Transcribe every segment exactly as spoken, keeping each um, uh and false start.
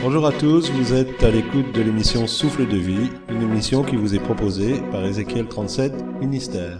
Bonjour à tous, vous êtes à l'écoute de l'émission Souffle de vie, une émission qui vous est proposée par Ézéchiel trente-sept, Ministère.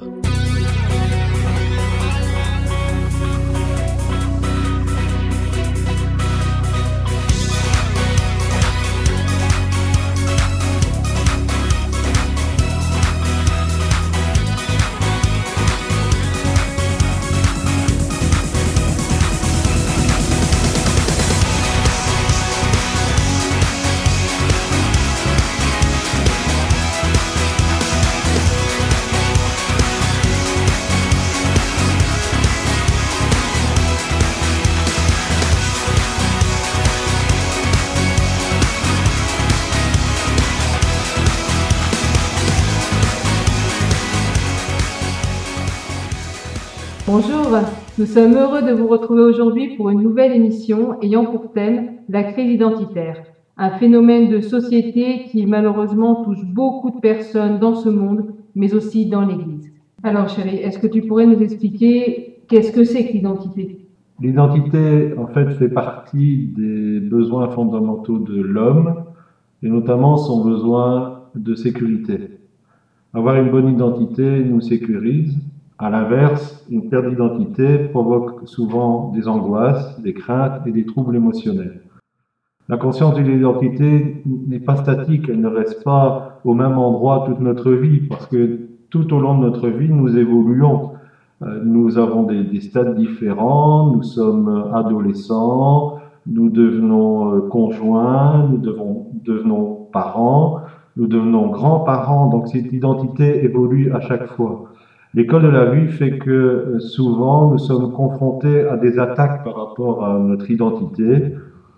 Bonjour, nous sommes heureux de vous retrouver aujourd'hui pour une nouvelle émission ayant pour thème la crise identitaire, un phénomène de société qui malheureusement touche beaucoup de personnes dans ce monde, mais aussi dans l'Église. Alors chérie, est-ce que tu pourrais nous expliquer qu'est-ce que c'est que l'identité ? L'identité, en fait, fait partie des besoins fondamentaux de l'homme, et notamment son besoin de sécurité. Avoir une bonne identité nous sécurise. À l'inverse, une perte d'identité provoque souvent des angoisses, des craintes et des troubles émotionnels. La conscience de l'identité n'est pas statique, elle ne reste pas au même endroit toute notre vie, parce que tout au long de notre vie, nous évoluons. Nous avons des, des stades différents, nous sommes adolescents, nous devenons conjoints, nous devons, devenons parents, nous devenons grands-parents, donc cette identité évolue à chaque fois. L'école de la vie fait que souvent nous sommes confrontés à des attaques par rapport à notre identité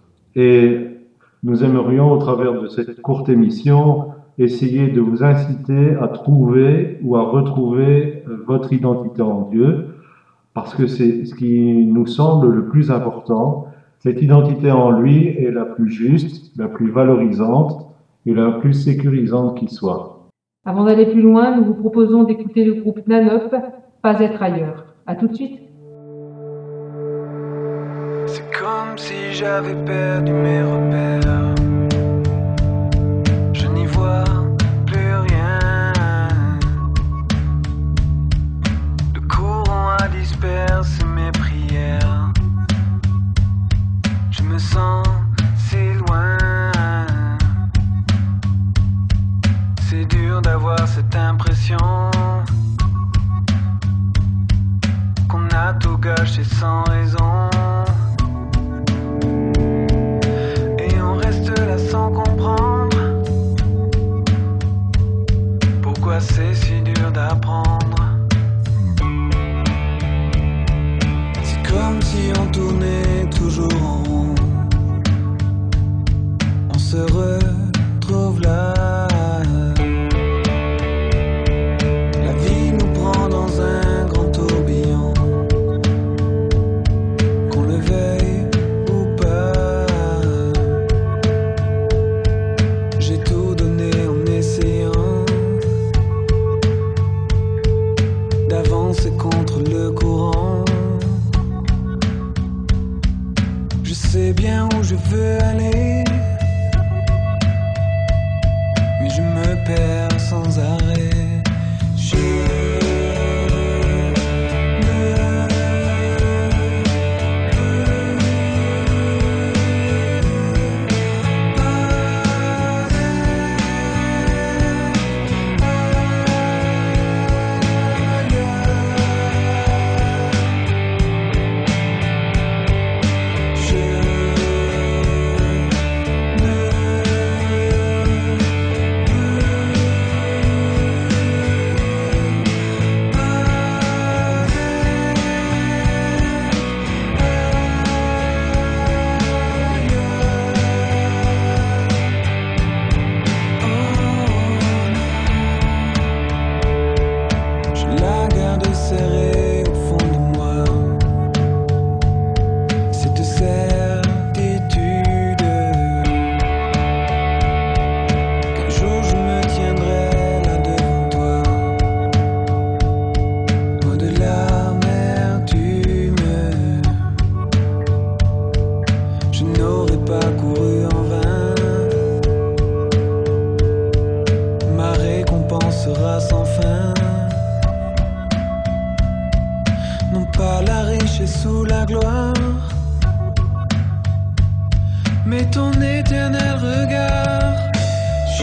et nous aimerions, au travers de cette courte émission, essayer de vous inciter à trouver ou à retrouver votre identité en Dieu, parce que c'est ce qui nous semble le plus important. Cette identité en lui est la plus juste, la plus valorisante et la plus sécurisante qui soit. Avant d'aller plus loin, nous vous proposons d'écouter le groupe Nanop, Pas être ailleurs. À tout de suite. C'est comme si j'avais perdu mes repères. Je n'y vois plus rien. Le courant a dispersé mes prières. Je me sens si loin. C'est dur d'avoir cette impression qu'on a tout gâché sans raison. Et on reste là sans comprendre pourquoi c'est si dur d'apprendre. C'est comme si on tournait toujours en rond. On se retrouve là. Je sais bien où je veux aller, et ton éternel regard. Je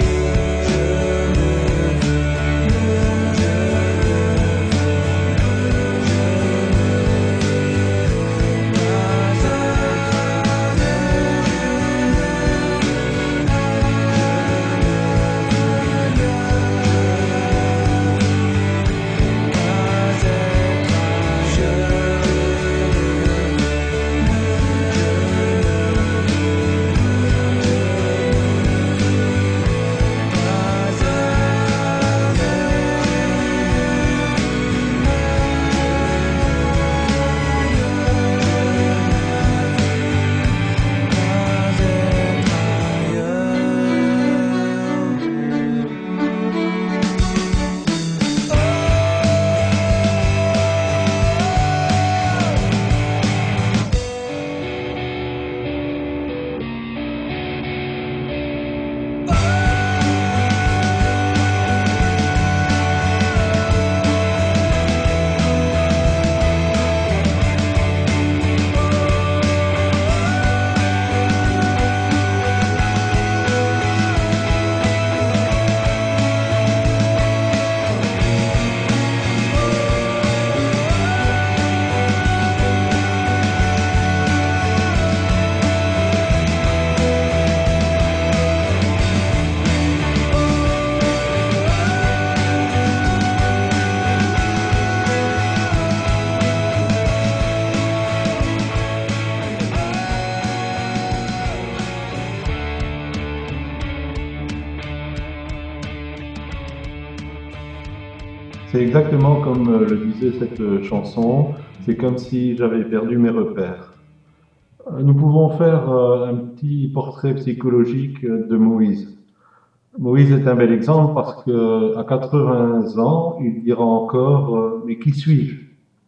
C'est exactement comme euh, le disait cette euh, chanson, c'est comme si j'avais perdu mes repères. Euh, Nous pouvons faire euh, un petit portrait psychologique euh, de Moïse. Moïse est un bel exemple parce que à quatre-vingts ans, il dira encore euh, « Mais qui suis-je »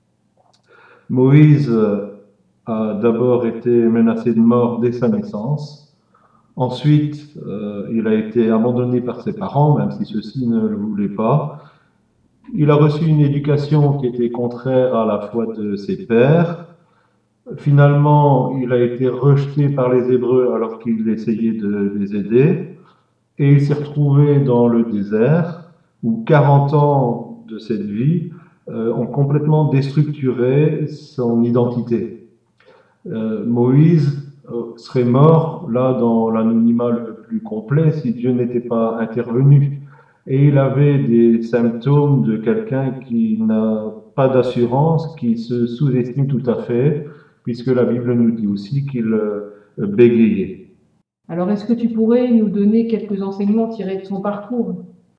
Moïse euh, a d'abord été menacé de mort dès sa naissance. Ensuite, euh, il a été abandonné par ses parents, même si ceux-ci ne le voulaient pas. Il a reçu une éducation qui était contraire à la foi de ses pères. Finalement, il a été rejeté par les Hébreux alors qu'il essayait de les aider. Et il s'est retrouvé dans le désert où quarante ans de cette vie euh, ont complètement déstructuré son identité. Euh, Moïse euh, serait mort là dans l'anonymat le plus complet si Dieu n'était pas intervenu. Et il avait des symptômes de quelqu'un qui n'a pas d'assurance, qui se sous-estime tout à fait, puisque la Bible nous dit aussi qu'il euh, bégayait. Alors, est-ce que tu pourrais nous donner quelques enseignements tirés de son parcours?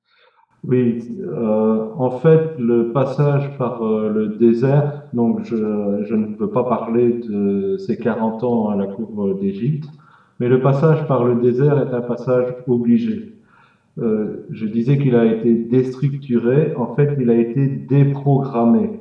Oui, euh, en fait, le passage par euh, le désert, donc je, je ne veux pas parler de ces quarante ans à la cour d'Égypte, mais le passage par le désert est un passage obligé. Euh, je disais qu'il a été déstructuré, en fait, il a été déprogrammé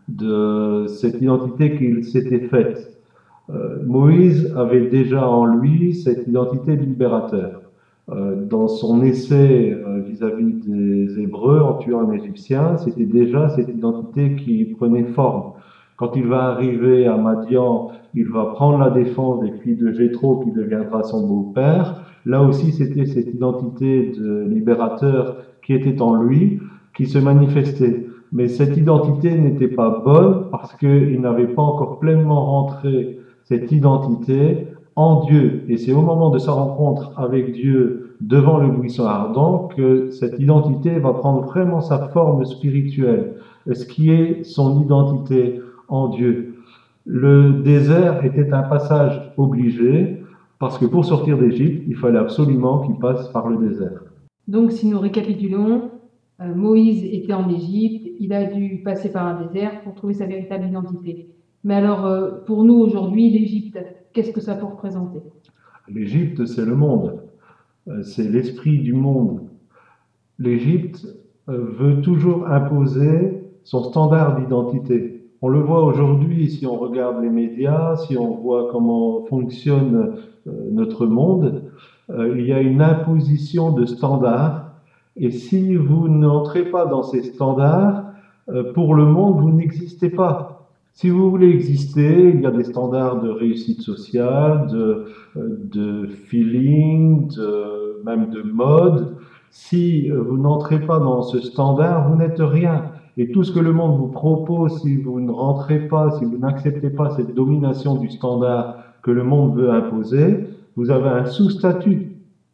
de cette identité qu'il s'était faite. Euh, Moïse avait déjà en lui cette identité de libérateur. Euh, dans son essai euh, vis-à-vis des Hébreux en tuant un Égyptien, c'était déjà cette identité qui prenait forme. Quand il va arriver à Madian, il va prendre la défense des filles de Jéthro qui deviendra son beau-père. Là aussi, c'était cette identité de libérateur qui était en lui, qui se manifestait. Mais cette identité n'était pas bonne parce qu'il n'avait pas encore pleinement rentré cette identité en Dieu. Et c'est au moment de sa rencontre avec Dieu devant le buisson ardent que cette identité va prendre vraiment sa forme spirituelle, ce qui est son identité en Dieu. Le désert était un passage obligé parce que pour sortir d'Égypte, il fallait absolument qu'il passe par le désert. Donc, si nous récapitulons, euh, Moïse était en Égypte, il a dû passer par un désert pour trouver sa véritable identité. Mais alors, euh, pour nous aujourd'hui, l'Égypte, qu'est-ce que ça peut représenter? L'Égypte, c'est le monde. C'est l'esprit du monde. L'Égypte veut toujours imposer son standard d'identité. On le voit aujourd'hui si on regarde les médias, si on voit comment fonctionne notre monde. Il y a une imposition de standards. Et si vous n'entrez pas dans ces standards, pour le monde, vous n'existez pas. Si vous voulez exister, il y a des standards de réussite sociale, de, de feeling, de, même de mode. Si vous n'entrez pas dans ce standard, vous n'êtes rien. Et tout ce que le monde vous propose, si vous ne rentrez pas, si vous n'acceptez pas cette domination du standard que le monde veut imposer, vous avez un sous-statut.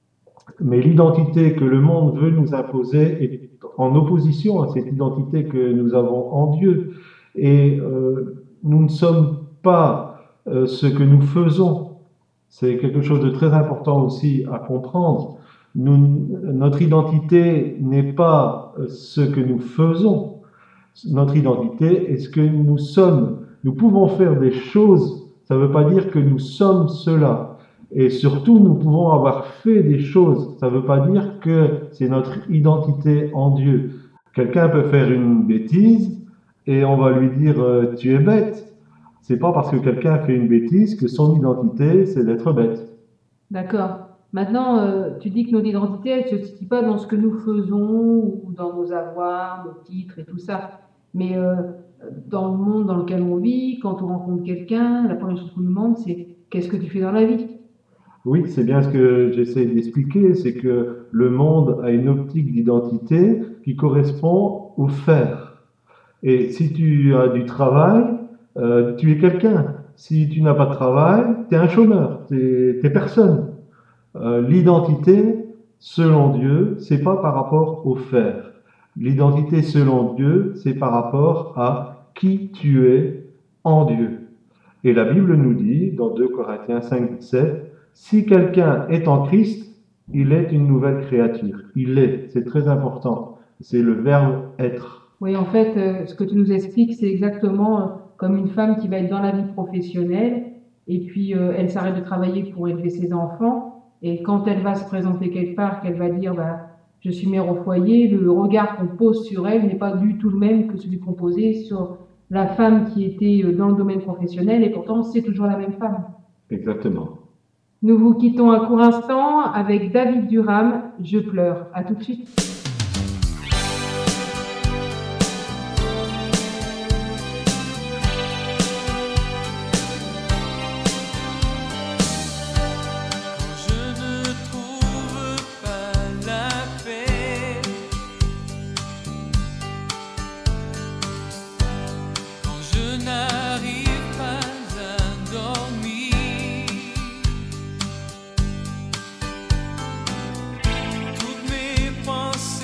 Mais l'identité que le monde veut nous imposer est en opposition à cette identité que nous avons en Dieu. Et euh, nous ne sommes pas euh, ce que nous faisons. C'est quelque chose de très important aussi à comprendre. Nous, notre identité n'est pas ce que nous faisons. Notre identité est ce que nous sommes. Nous pouvons faire des choses, ça ne veut pas dire que nous sommes cela. Et surtout, nous pouvons avoir fait des choses, ça ne veut pas dire que c'est notre identité en Dieu. Quelqu'un peut faire une bêtise et on va lui dire euh, « tu es bête ». C'est pas parce que quelqu'un fait une bêtise que son identité, c'est d'être bête. D'accord. Maintenant, euh, tu dis que notre identité, elle ne se situe pas dans ce que nous faisons ou dans nos avoirs, nos titres et tout ça. Mais euh, dans le monde dans lequel on vit, quand on rencontre quelqu'un, la première chose qu'on nous demande, c'est « qu'est-ce que tu fais dans la vie ?» Oui, c'est bien ce que j'essaie d'expliquer, c'est que le monde a une optique d'identité qui correspond au faire. Et si tu as du travail, euh, tu es quelqu'un. Si tu n'as pas de travail, tu es un chômeur, tu es personne. Euh, l'identité, selon Dieu, c'est pas par rapport au faire. L'identité, selon Dieu, c'est par rapport à qui tu es en Dieu. Et la Bible nous dit, dans deux Corinthiens cinq, dix-sept, si quelqu'un est en Christ, il est une nouvelle créature. Il est, c'est très important. C'est le verbe être. Oui, en fait, euh, ce que tu nous expliques, c'est exactement euh, comme une femme qui va être dans la vie professionnelle et puis euh, elle s'arrête de travailler pour élever ses enfants. Et quand elle va se présenter quelque part, qu'elle va dire bah, « je suis mère au foyer », le regard qu'on pose sur elle n'est pas du tout le même que celui qu'on posait sur la femme qui était dans le domaine professionnel et pourtant c'est toujours la même femme. Exactement. Nous vous quittons un court instant avec David Durham, « Je pleure ». À tout de suite. Toutes mes pensées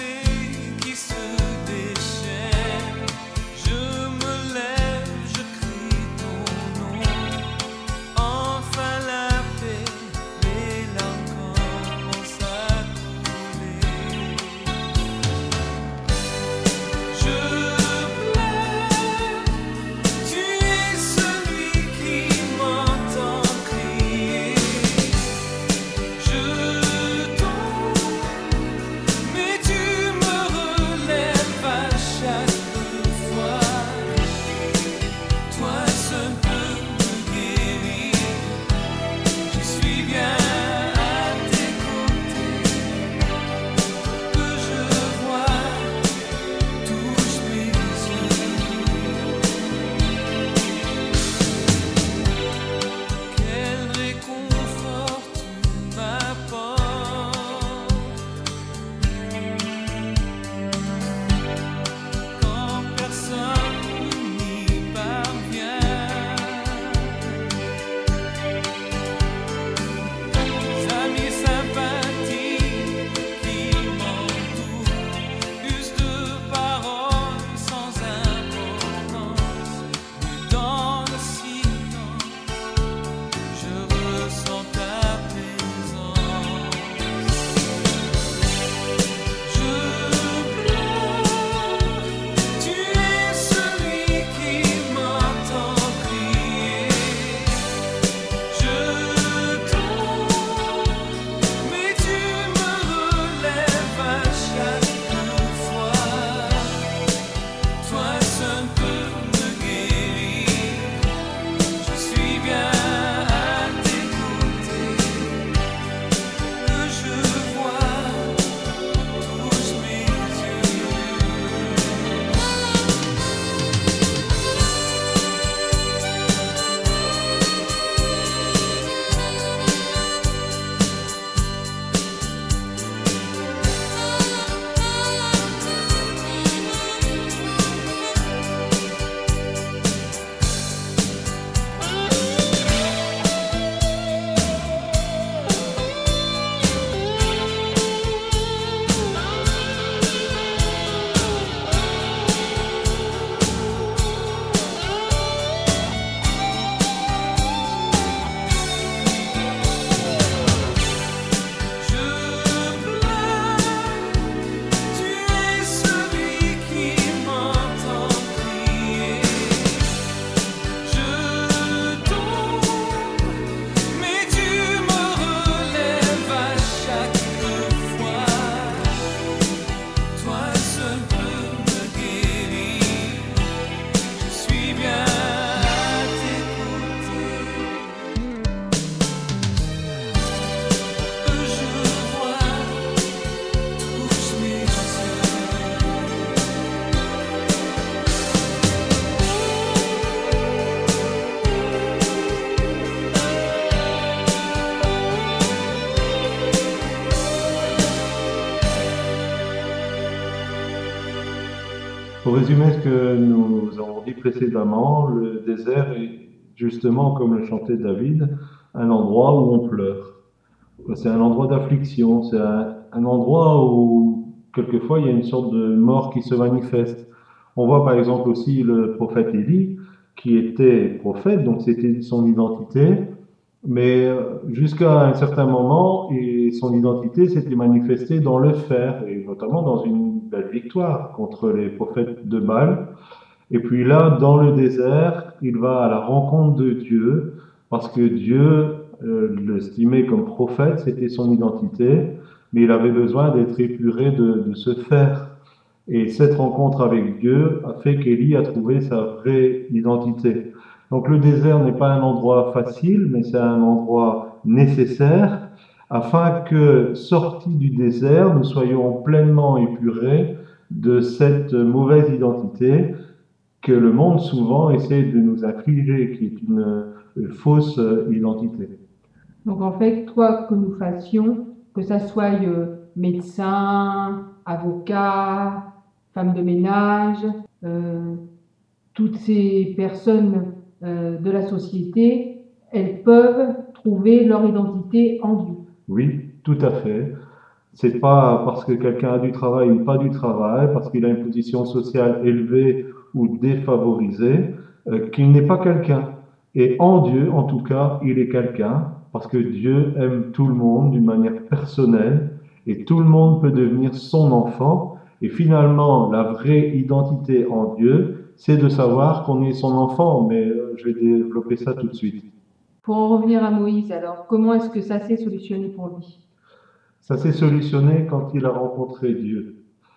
Pour résumer ce que nous avons dit précédemment, le désert est justement, comme le chantait David, un endroit où on pleure. C'est un endroit d'affliction, c'est un, un endroit où quelquefois il y a une sorte de mort qui se manifeste. On voit par exemple aussi le prophète Élie, qui était prophète, donc c'était son identité, mais jusqu'à un certain moment, et son identité s'était manifestée dans le fer, et notamment dans une belle victoire contre les prophètes de Baal. Et puis là, dans le désert, il va à la rencontre de Dieu, parce que Dieu euh, l'estimait comme prophète, c'était son identité, mais il avait besoin d'être épuré de, de ce fer. Et cette rencontre avec Dieu a fait qu'Élie a trouvé sa vraie identité. Donc le désert n'est pas un endroit facile, mais c'est un endroit nécessaire, afin que, sortis du désert, nous soyons pleinement épurés de cette mauvaise identité que le monde souvent essaie de nous infliger, qui est une, une fausse identité. Donc en fait, quoi que nous fassions, que ça soit euh, médecin, avocat, femme de ménage, euh, toutes ces personnes euh, de la société, elles peuvent trouver leur identité en Dieu. Oui, tout à fait. C'est pas parce que quelqu'un a du travail ou pas du travail, parce qu'il a une position sociale élevée ou défavorisée, euh, qu'il n'est pas quelqu'un. Et en Dieu, en tout cas, il est quelqu'un, parce que Dieu aime tout le monde d'une manière personnelle, et tout le monde peut devenir son enfant. Et finalement, la vraie identité en Dieu, c'est de savoir qu'on est son enfant, mais euh, je vais développer ça tout de suite. Pour en revenir à Moïse, alors, comment est-ce que ça s'est solutionné pour lui? Ça s'est solutionné quand il a rencontré Dieu.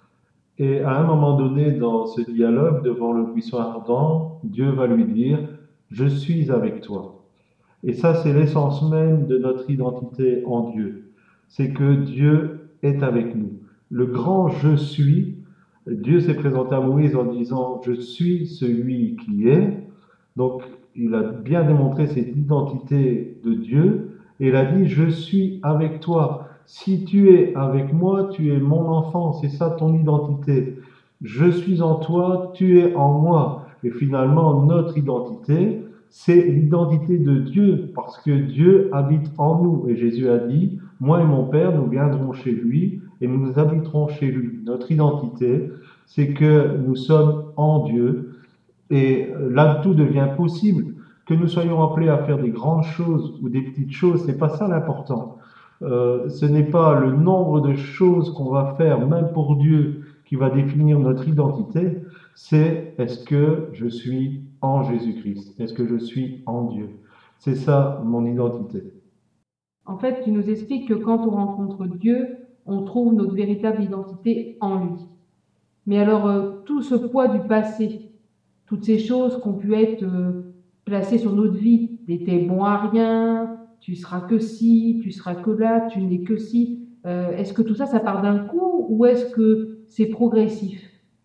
Et à un moment donné, dans ce dialogue devant le buisson ardent, Dieu va lui dire « Je suis avec toi ». Et ça, c'est l'essence même de notre identité en Dieu. C'est que Dieu est avec nous. Le grand « Je suis », Dieu s'est présenté à Moïse en disant « Je suis celui qui est ». Donc, il a bien démontré cette identité de Dieu et il a dit « Je suis avec toi ». Si tu es avec moi, tu es mon enfant, c'est ça ton identité. Je suis en toi, tu es en moi. Et finalement, notre identité, c'est l'identité de Dieu, parce que Dieu habite en nous. Et Jésus a dit, moi et mon Père, nous viendrons chez lui et nous habiterons chez lui. Notre identité, c'est que nous sommes en Dieu. Et là, tout devient possible. Que nous soyons appelés à faire des grandes choses ou des petites choses, c'est pas ça l'important. Euh, ce n'est pas le nombre de choses qu'on va faire, même pour Dieu, qui va définir notre identité, c'est est-ce que je suis en Jésus-Christ? Est-ce que je suis en Dieu? C'est ça mon identité. En fait, tu nous expliques que quand on rencontre Dieu, on trouve notre véritable identité en lui. Mais alors, euh, tout ce poids du passé, toutes ces choses qui ont pu être euh, placées sur notre vie, t'étais bon à rien, tu seras que ci, tu seras que là, tu n'es que ci. Euh, est-ce que tout ça, ça part d'un coup ou est-ce que c'est progressif?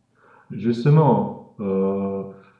Justement, euh,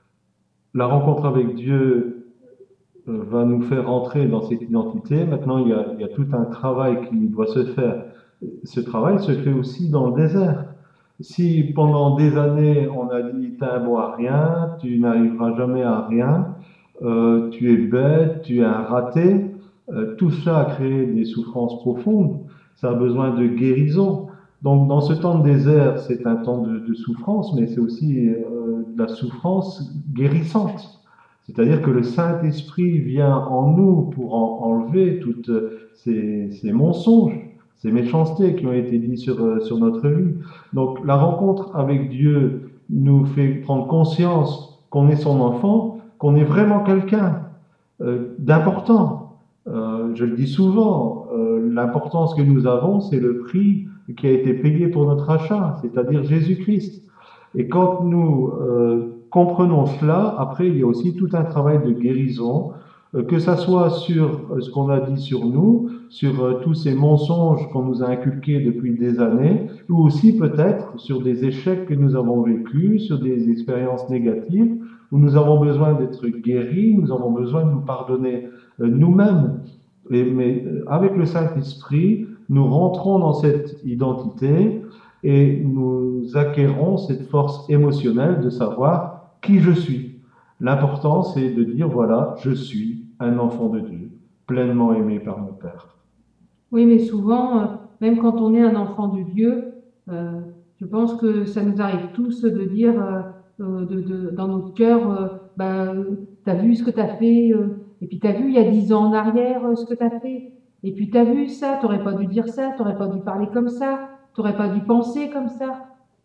la rencontre avec Dieu euh, va nous faire rentrer dans cette identité. Maintenant, il y, a, il y a tout un travail qui doit se faire. Ce travail se fait aussi dans le désert. Si pendant des années, on a dit « t'es un bon à rien, tu n'arriveras jamais à rien, euh, tu es bête, tu es un raté », Euh, tout ça a créé des souffrances profondes, ça a besoin de guérison. Donc dans ce temps de désert, c'est un temps de, de souffrance, mais c'est aussi euh, de la souffrance guérissante. C'est-à-dire que le Saint-Esprit vient en nous pour en enlever toutes ces, ces mensonges, ces méchancetés qui ont été dites sur, sur notre vie. Donc la rencontre avec Dieu nous fait prendre conscience qu'on est son enfant, qu'on est vraiment quelqu'un euh, d'important. Euh, je le dis souvent, euh, l'importance que nous avons, c'est le prix qui a été payé pour notre achat, c'est-à-dire Jésus-Christ. Et quand nous euh, comprenons cela, après il y a aussi tout un travail de guérison, euh, que ça soit sur euh, ce qu'on a dit sur nous, sur euh, tous ces mensonges qu'on nous a inculqués depuis des années, ou aussi peut-être sur des échecs que nous avons vécus, sur des expériences négatives, où nous avons besoin d'être guéris, nous avons besoin de nous pardonner nous-mêmes. Et, mais avec le Saint-Esprit, nous rentrons dans cette identité et nous acquérons cette force émotionnelle de savoir qui je suis. L'important, c'est de dire, voilà, je suis un enfant de Dieu, pleinement aimé par mon Père. Oui, mais souvent, euh, même quand on est un enfant de Dieu, euh, je pense que ça nous arrive tous de dire euh, euh, de, de, dans notre cœur, euh, bah, euh, t'as vu ce que t'as fait, euh, et puis t'as vu il y a dix ans en arrière euh, ce que t'as fait, et puis t'as vu ça, t'aurais pas dû dire ça, t'aurais pas dû parler comme ça, t'aurais pas dû penser comme ça.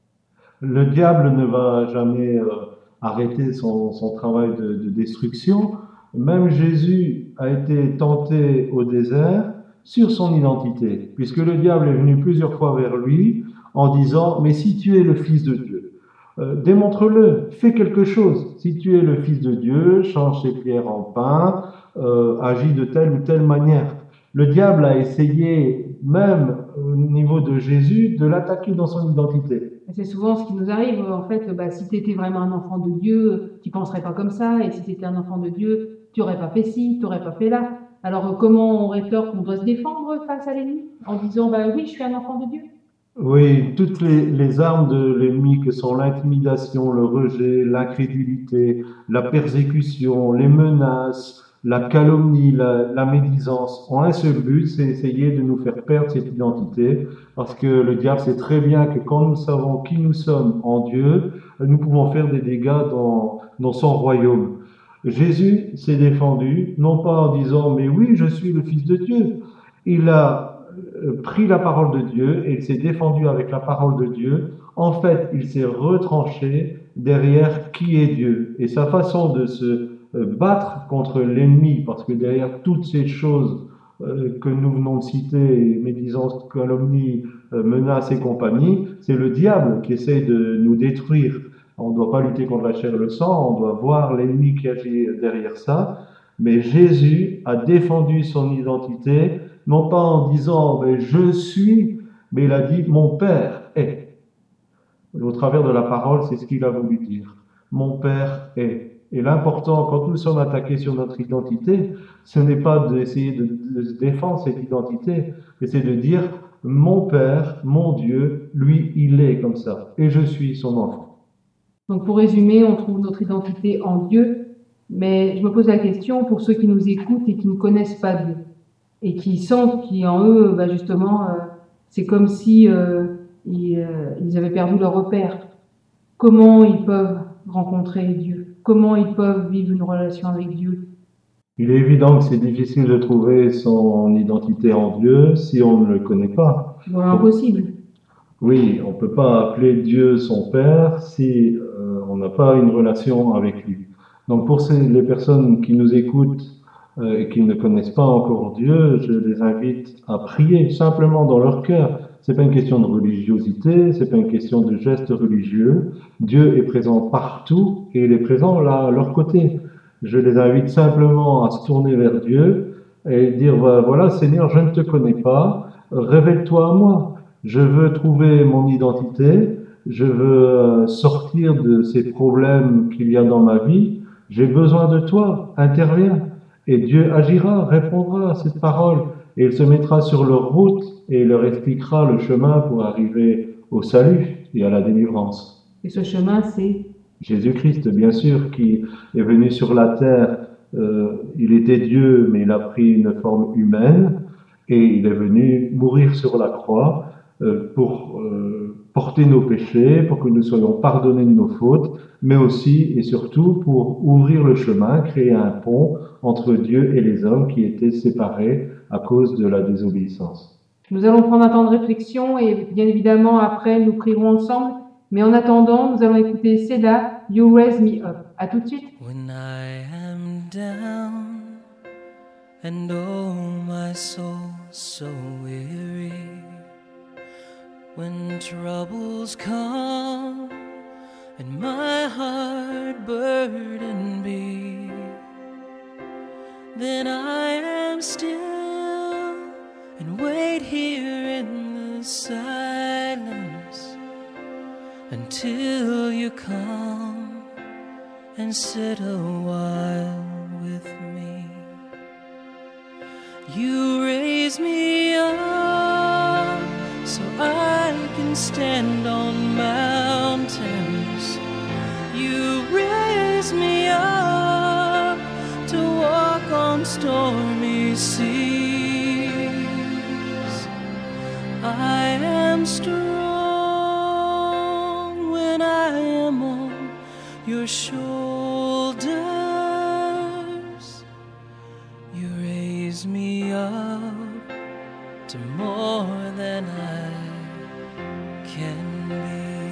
Le diable ne va jamais euh, arrêter son, son travail de, de destruction. Même Jésus a été tenté au désert sur son identité, puisque le diable est venu plusieurs fois vers lui en disant, mais si tu es le Fils de Dieu, euh, démontre-le, fais quelque chose. Si tu es le Fils de Dieu, change ces pierres en pain, euh, agis de telle ou telle manière. Le diable a essayé, même au niveau de Jésus, de l'attaquer dans son identité. C'est souvent ce qui nous arrive. En fait, bah, si tu étais vraiment un enfant de Dieu, tu penserais pas comme ça. Et si tu étais un enfant de Dieu, tu n'aurais pas fait ci, tu n'aurais pas fait là. Alors, comment on rétorque? On doit se défendre face à l'ennemi en disant, bah oui, je suis un enfant de Dieu. Oui, toutes les, les armes de l'ennemi que sont l'intimidation, le rejet, l'incrédulité, la persécution, les menaces, la calomnie, la, la médisance, ont un seul but, c'est essayer de nous faire perdre cette identité, parce que le diable sait très bien que quand nous savons qui nous sommes en Dieu, nous pouvons faire des dégâts dans, dans son royaume. Jésus s'est défendu, non pas en disant « mais oui, je suis le Fils de Dieu ». Il a pris la parole de Dieu et il s'est défendu avec la parole de Dieu. En fait, il s'est retranché derrière qui est Dieu. Et sa façon de se battre contre l'ennemi, parce que derrière toutes ces choses que nous venons de citer, médisance, calomnie, menaces et compagnie, c'est le diable qui essaie de nous détruire. On ne doit pas lutter contre la chair et le sang, on doit voir l'ennemi qui agit derrière ça. Mais Jésus a défendu son identité, non pas en disant ben, « je suis », mais il a dit « mon Père est ». Au travers de la parole, c'est ce qu'il a voulu dire. « Mon Père est ». Et l'important, quand nous sommes attaqués sur notre identité, ce n'est pas d'essayer de, de se défendre cette identité, mais c'est de dire « mon Père, mon Dieu, lui, il est comme ça, et je suis son enfant ». Donc pour résumer, on trouve notre identité en Dieu, mais je me pose la question pour ceux qui nous écoutent et qui ne connaissent pas Dieu, et qui sentent qu'en eux, bah justement, euh, c'est comme si euh, ils, euh, ils avaient perdu leur repère. Comment ils peuvent rencontrer Dieu? Comment ils peuvent vivre une relation avec Dieu? Il est évident que c'est difficile de trouver son identité en Dieu si on ne le connaît pas. Bon, impossible. Oui, on ne peut pas appeler Dieu son Père si euh, on n'a pas une relation avec lui. Donc pour ces, les personnes qui nous écoutent euh, et qui ne connaissent pas encore Dieu, je les invite à prier simplement dans leur cœur. C'est pas une question de religiosité, c'est pas une question de gestes religieux. Dieu est présent partout et il est présent là à leur côté. Je les invite simplement à se tourner vers Dieu et dire voilà Seigneur, je ne te connais pas, révèle-toi à moi. Je veux trouver mon identité, je veux sortir de ces problèmes qu'il y a dans ma vie. J'ai besoin de toi, interviens. Et Dieu agira, répondra à cette parole. Et il se mettra sur leur route et il leur expliquera le chemin pour arriver au salut et à la délivrance. Et ce chemin, c'est Jésus-Christ, bien sûr, qui est venu sur la terre. Euh, il était Dieu, mais il a pris une forme humaine et il est venu mourir sur la croix pour euh, porter nos péchés, pour que nous soyons pardonnés de nos fautes, mais aussi et surtout pour ouvrir le chemin, créer un pont entre Dieu et les hommes qui étaient séparés à cause de la désobéissance. Nous allons prendre un temps de réflexion et bien évidemment après nous prierons ensemble, mais en attendant nous allons écouter Seda, You Raise Me Up. À tout de suite. When I am down and oh my soul so weary, when troubles come and my heart burden be, then I am still and wait here in the silence until you come and sit a while with me. You raise me up so I can can stand on mountains. You raise me up to walk on stormy seas. I am strong when I am on your shoulders. You raise me up to more than I can be.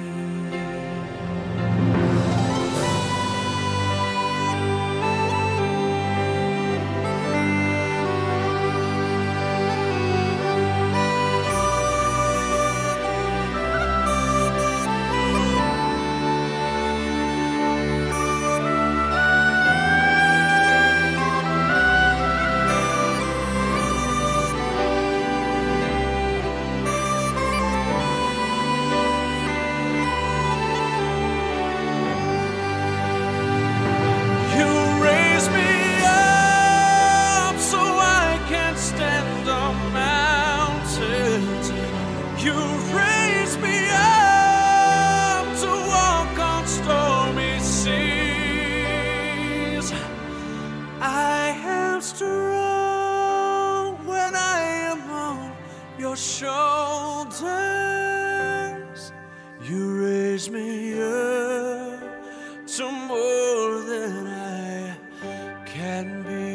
Shoulders, you raise me up to more than I can be.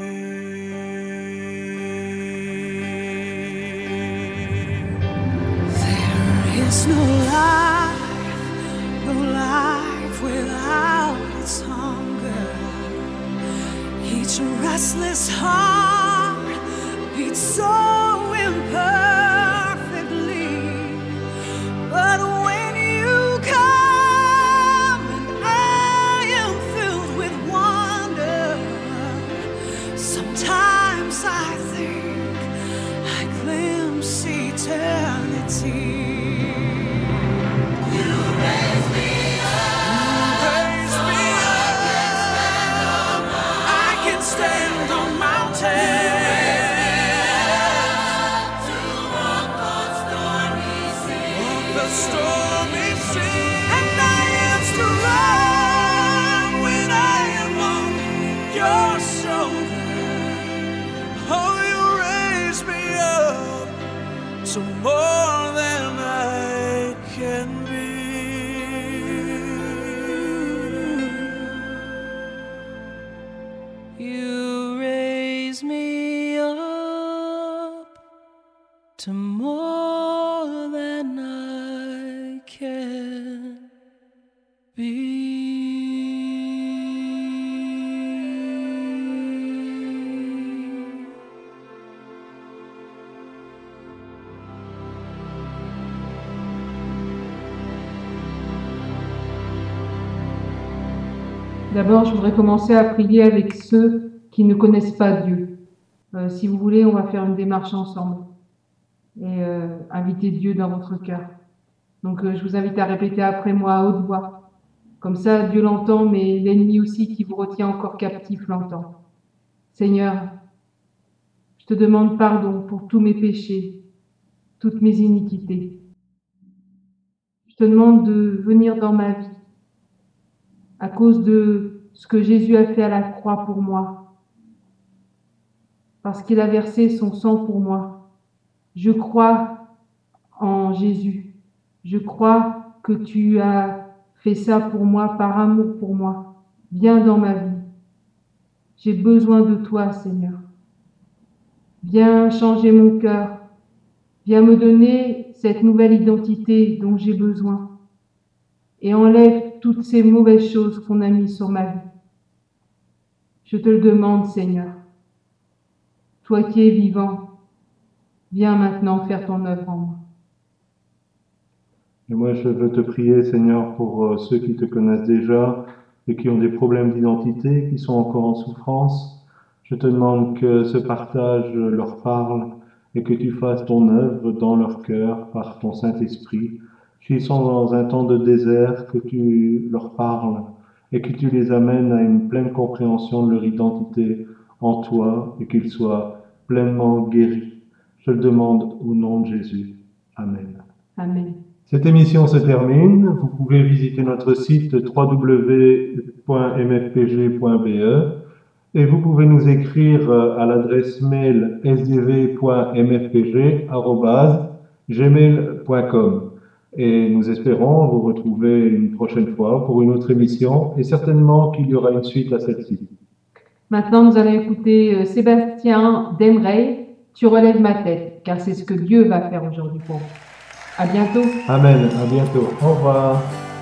There is no life, no life without its hunger. Each restless heart beats so imperfect. But when you come and I am filled with wonder, sometimes I think I glimpse eternity. You raise me up, raise me up. I can stand on mountains. Stormy sea, and I am strong when I am on your shoulder. Oh, you raise me up to more than I can be. You raise me up to more than I can be. D'abord, je voudrais commencer à prier avec ceux qui ne connaissent pas Dieu. Euh, si vous voulez, on va faire une démarche ensemble et euh, inviter Dieu dans votre cœur. Donc, euh, je vous invite à répéter après moi à haute voix. Comme ça, Dieu l'entend, mais l'ennemi aussi qui vous retient encore captif l'entend. Seigneur, je te demande pardon pour tous mes péchés, toutes mes iniquités. Je te demande de venir dans ma vie à cause de ce que Jésus a fait à la croix pour moi, parce qu'il a versé son sang pour moi. Je crois en Jésus. Je crois que tu as fait ça pour moi, par amour pour moi. Viens dans ma vie. J'ai besoin de toi, Seigneur. Viens changer mon cœur. Viens me donner cette nouvelle identité dont j'ai besoin. Et enlève toutes ces mauvaises choses qu'on a mises sur ma vie. Je te le demande, Seigneur. Toi qui es vivant, viens maintenant faire ton œuvre en moi. Et moi, je veux te prier, Seigneur, pour euh, ceux qui te connaissent déjà et qui ont des problèmes d'identité, qui sont encore en souffrance. Je te demande que ce partage leur parle et que tu fasses ton œuvre dans leur cœur par ton Saint-Esprit. S'ils sont dans un temps de désert, que tu leur parles et que tu les amènes à une pleine compréhension de leur identité en toi et qu'ils soient pleinement guéris. Je le demande au nom de Jésus. Amen. Amen. Cette émission se termine. Vous pouvez visiter notre site w w w point m f p g point b e et vous pouvez nous écrire à l'adresse mail s d v point m f p g arobase gmail point com. Et nous espérons vous retrouver une prochaine fois pour une autre émission et certainement qu'il y aura une suite à celle-ci. Maintenant, nous allons écouter Sébastien Demrey, Tu relèves ma tête, car c'est ce que Dieu va faire aujourd'hui pour vous. À bientôt. Amen. À bientôt. Au revoir.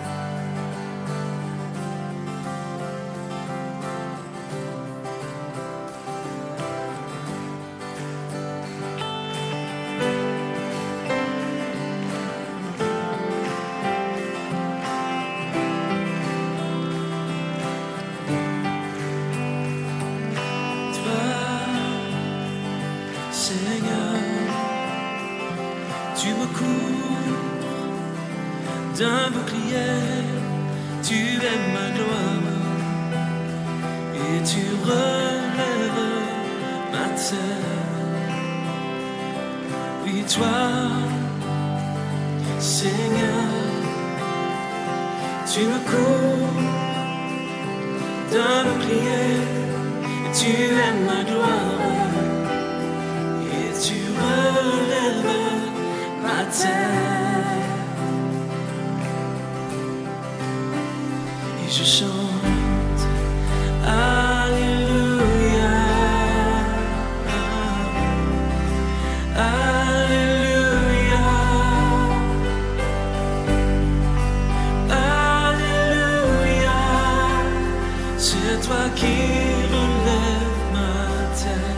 Seigneur, tu me couvres d'un bouclier, tu es ma gloire et tu relèves ma tête. Oui, toi, Seigneur, tu me couvres d'un bouclier, tu es ma gloire. Tu relèves ma tête et je chante Alléluia, Alléluia, Alléluia. C'est toi qui relèves ma tête.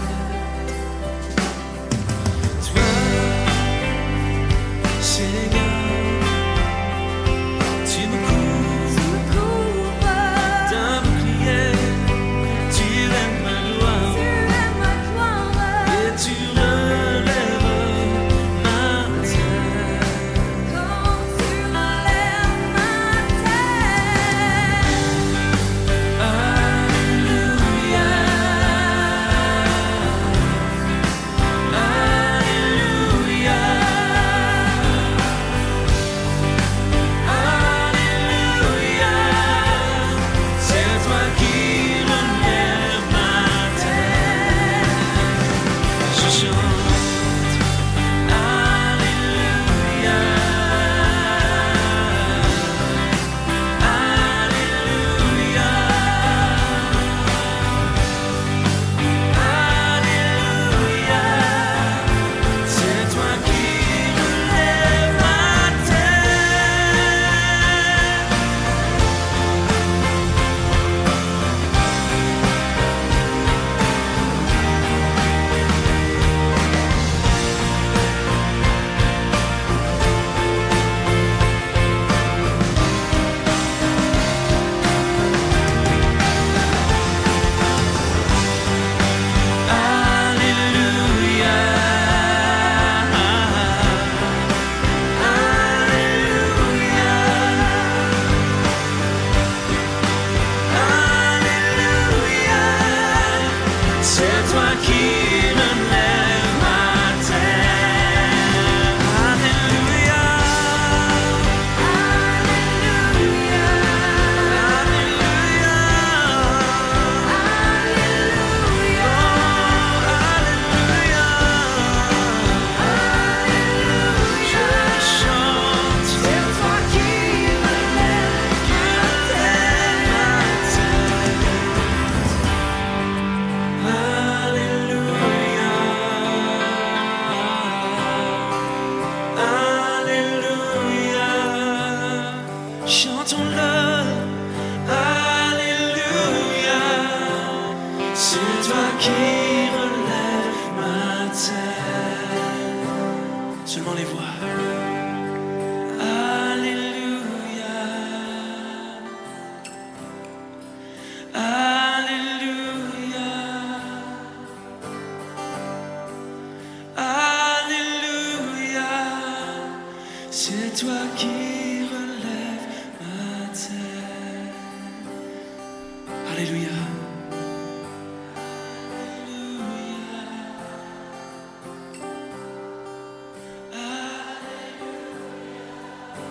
Alléluia.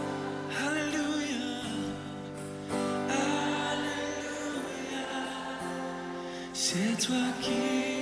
C'est toi qui